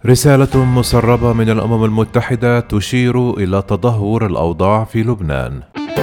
رسالة مسربة من الأمم المتحدة تشير إلى تدهور الأوضاع في لبنان.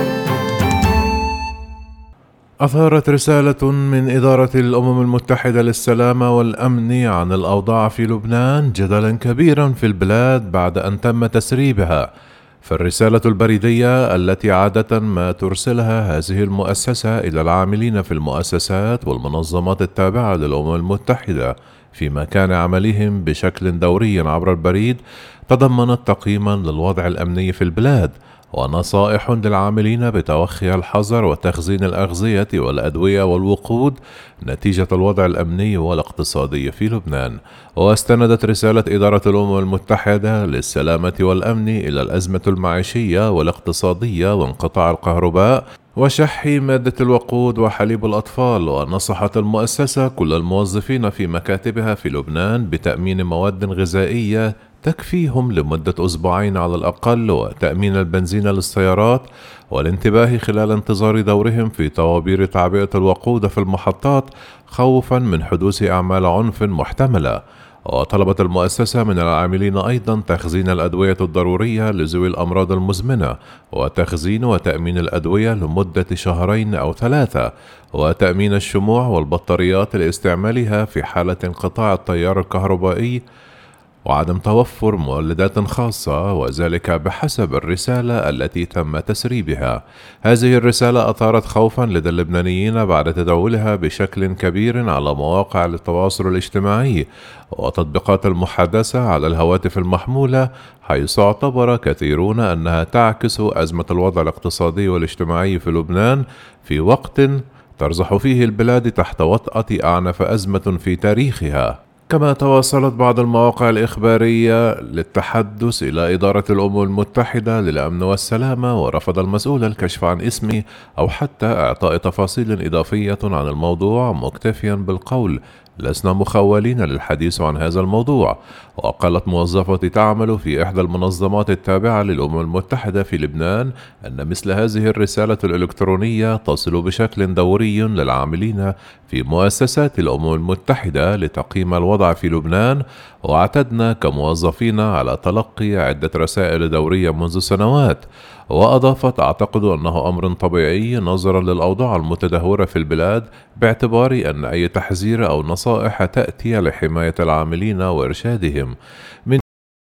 أثارت رسالة من إدارة الأمم المتحدة للسلامة والأمن عن الأوضاع في لبنان جدلا كبيرا في البلاد بعد أن تم تسريبها. فالرسالة البريدية التي عادة ما ترسلها هذه المؤسسة إلى العاملين في المؤسسات والمنظمات التابعة للأمم المتحدة في مكان عملهم بشكل دوري عبر البريد تضمنت تقييما للوضع الأمني في البلاد ونصائح للعاملين بتوخي الحذر وتخزين الأغذية والأدوية والوقود نتيجة الوضع الأمني والاقتصادي في لبنان. واستندت رسالة إدارة الأمم المتحدة للسلامة والأمن إلى الأزمة المعيشية والاقتصادية وانقطاع الكهرباء وشح مادة الوقود وحليب الأطفال. ونصحت المؤسسة كل الموظفين في مكاتبها في لبنان بتأمين مواد غذائية تكفيهم لمدة أسبوعين على الأقل، وتأمين البنزين للسيارات، والانتباه خلال انتظار دورهم في طوابير تعبئة الوقود في المحطات خوفا من حدوث أعمال عنف محتملة. وطلبت المؤسسة من العاملين أيضا تخزين الأدوية الضرورية لذوي الأمراض المزمنة، وتخزين وتأمين الأدوية لمدة 2 أو 3، وتأمين الشموع والبطاريات لاستعمالها في حالة انقطاع التيار الكهربائي وعدم توفر مولدات خاصة، وذلك بحسب الرسالة التي تم تسريبها. هذه الرسالة أثارت خوفا لدى اللبنانيين بعد تداولها بشكل كبير على مواقع التواصل الاجتماعي وتطبيقات المحادثة على الهواتف المحمولة، حيث اعتبر كثيرون أنها تعكس أزمة الوضع الاقتصادي والاجتماعي في لبنان في وقت ترزح فيه البلاد تحت وطأة أعنف أزمة في تاريخها. كما تواصلت بعض المواقع الإخبارية للتحدث إلى إدارة الأمم المتحدة للأمن والسلامة، ورفض المسؤول الكشف عن اسمه أو حتى إعطاء تفاصيل إضافية عن الموضوع، مكتفيا بالقول: لسنا مخولين للحديث عن هذا الموضوع. وقالت موظفة تعمل في إحدى المنظمات التابعة للأمم المتحدة في لبنان أن مثل هذه الرسالة الإلكترونية تصل بشكل دوري للعاملين في مؤسسات الأمم المتحدة لتقييم الوضع في لبنان، واعتدنا كموظفين على تلقي عدة رسائل دورية منذ سنوات. وأضافت: أعتقد أنه أمر طبيعي نظرا للأوضاع المتدهورة في البلاد، باعتبار أن أي تحذير أو نصائح تأتي لحماية العاملين وإرشادهم. من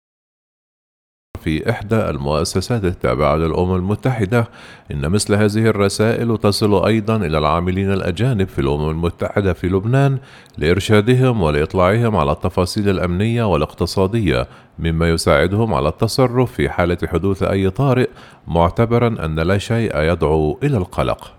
في إحدى المؤسسات التابعة للأمم المتحدة إن مثل هذه الرسائل تصل أيضا إلى العاملين الأجانب في الأمم المتحدة في لبنان لإرشادهم ولإطلاعهم على التفاصيل الأمنية والاقتصادية، مما يساعدهم على التصرف في حالة حدوث أي طارئ، معتبرا أن لا شيء يدعو إلى القلق.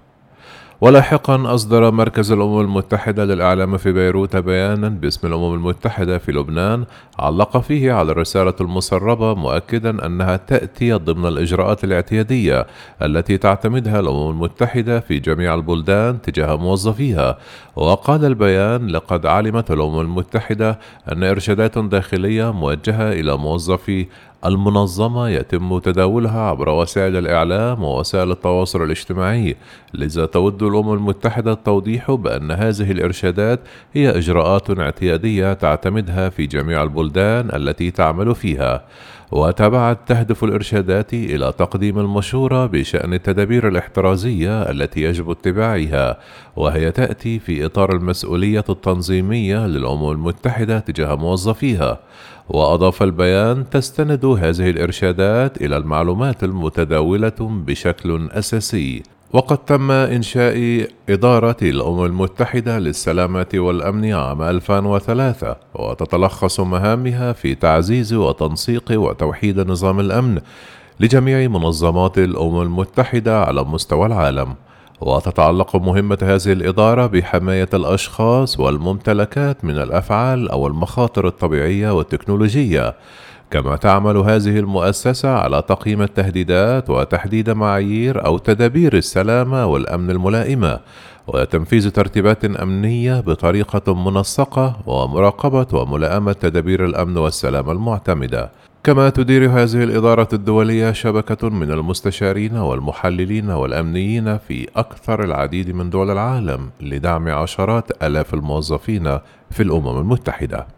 ولاحقا أصدر مركز الأمم المتحدة للإعلام في بيروت بيانا باسم الأمم المتحدة في لبنان علق فيه على الرسالة المسربة، مؤكدا أنها تأتي ضمن الإجراءات الاعتيادية التي تعتمدها الأمم المتحدة في جميع البلدان تجاه موظفيها. وقال البيان: لقد علمت الأمم المتحدة أن إرشادات داخلية موجهة إلى موظفي المنظمة يتم تداولها عبر وسائل الإعلام ووسائل التواصل الاجتماعي، لذا تود الأمم المتحدة التوضيح بأن هذه الإرشادات هي إجراءات اعتيادية تعتمدها في جميع البلدان التي تعمل فيها. وتبعت تهدف الإرشادات إلى تقديم المشورة بشأن التدابير الاحترازية التي يجب اتباعها، وهي تأتي في إطار المسؤولية التنظيمية للأمم المتحدة تجاه موظفيها. وأضاف البيان: تستند هذه الإرشادات إلى المعلومات المتداولة بشكل أساسي. وقد تم إنشاء إدارة الأمم المتحدة للسلامة والأمن عام 2003، وتتلخص مهامها في تعزيز وتنسيق وتوحيد نظام الأمن لجميع منظمات الأمم المتحدة على مستوى العالم. وتتعلق مهمة هذه الإدارة بحماية الأشخاص والممتلكات من الأفعال أو المخاطر الطبيعية والتكنولوجية. كما تعمل هذه المؤسسة على تقييم التهديدات وتحديد معايير أو تدابير السلامة والأمن الملائمة، وتنفيذ ترتيبات أمنية بطريقة منسقة، ومراقبة وملائمة تدابير الأمن والسلامة المعتمدة. كما تدير هذه الإدارة الدولية شبكة من المستشارين والمحللين والأمنيين في أكثر العديد من دول العالم لدعم عشرات آلاف الموظفين في الأمم المتحدة.